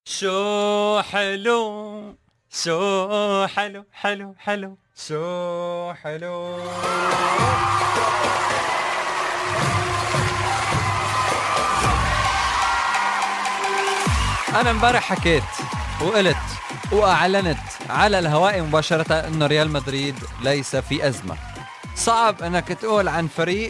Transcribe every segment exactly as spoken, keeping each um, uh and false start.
شو حلو شو حلو حلو حلو شو حلو. أنا امبارح حكيت وقلت وأعلنت على الهواء مباشرة أنه ريال مدريد ليس في أزمة. صعب أنك تقول عن فريق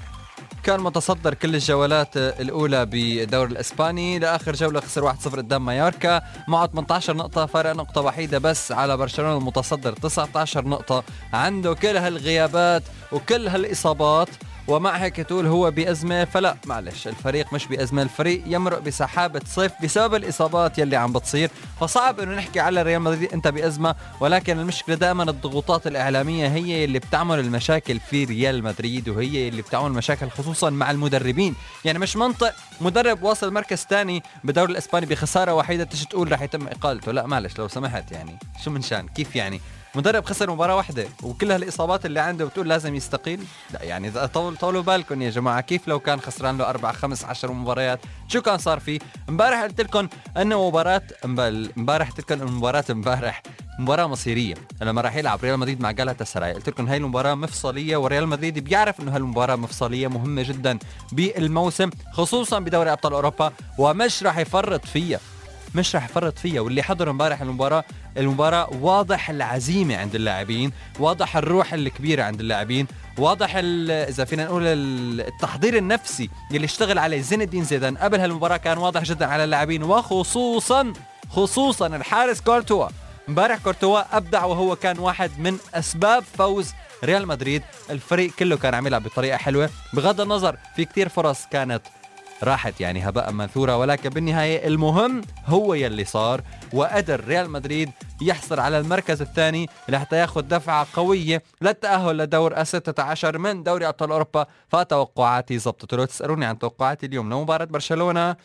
كان متصدر كل الجولات الأولى بالدوري الإسباني، لآخر جولة خسر واحد صفر قدام مايوركا، معه ثمانية عشر نقطة، فرق نقطة وحيدة بس على برشلونة المتصدر تسعة عشر نقطة، عنده كل هالغيابات وكل هالإصابات، ومع هيك تقول هو بأزمة؟ فلا، معلش، الفريق مش بأزمة، الفريق يمرق بسحابة صيف بسبب الإصابات يلي عم بتصير، فصعب إنه نحكي على ريال مدريد أنت بأزمة. ولكن المشكلة دائما الضغوطات الإعلامية هي اللي بتعمل المشاكل في ريال مدريد، وهي اللي بتعمل مشاكل خصوصا مع المدربين. يعني مش منطق مدرب واصل مركز ثاني بدوري الإسباني بخسارة وحيدة تيجي تقول رح يتم إقالته. لا معلش لو سمحت، يعني شو من شان؟ كيف يعني مدرب خسر مباراة واحدة وكل هالإصابات اللي عنده بتقول لازم يستقيل؟ لا يعني طول طولوا بالكم يا جماعة، كيف لو كان خسران له أربع خمس عشر مباريات شو كان صار فيه؟ امبارح قلت لكم أنه مباراة امبارح قلت لكم المباراة امبارح مباراة مصيرية لما راح يلعب ريال مدريد مع جالاتا سراي. قلت لكم هاي المباراة مفصلية، وريال مدريد بيعرف انه هالمباراة مفصلية مهمة جدا بالموسم خصوصا بدوري ابطال اوروبا، ومش راح يفرط فيها مش راح يفرط فيها. واللي حضر امبارح المباراة المباراة واضح العزيمة عند اللاعبين، واضح الروح الكبيرة عند اللاعبين، واضح اذا فينا نقول التحضير النفسي اللي اشتغل عليه زين الدين زيدان قبل هالمباراة كان واضح جدا على اللاعبين، وخصوصا خصوصا الحارس كورتوا. امبارح كورتوا ابدع، وهو كان واحد من اسباب فوز ريال مدريد. الفريق كله كان عم يلعب بطريقة حلوة، بغض النظر في كتير فرص كانت راحت يعني هباء منثورة، ولكن بالنهاية المهم هو يلي صار، وقدر ريال مدريد يحصل على المركز الثاني لحتى ياخذ دفعة قوية للتأهل لدور الستة عشر من دوري أبطال أوروبا. فتوقعاتي زبطت. لو تسألوني عن توقعاتي اليوم لمباراة برشلونة،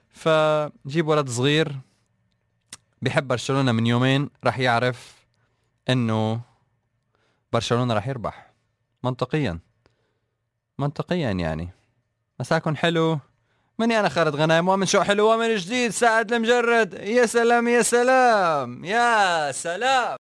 فجيب ولد صغير بيحب برشلونة من يومين راح يعرف انه برشلونة راح يربح. منطقيا منطقيا يعني. مساكن حلو، مني أنا خالد غنايم، ومن شو حلو ومن جديد سعد المجرد. يا سلام يا سلام يا سلام.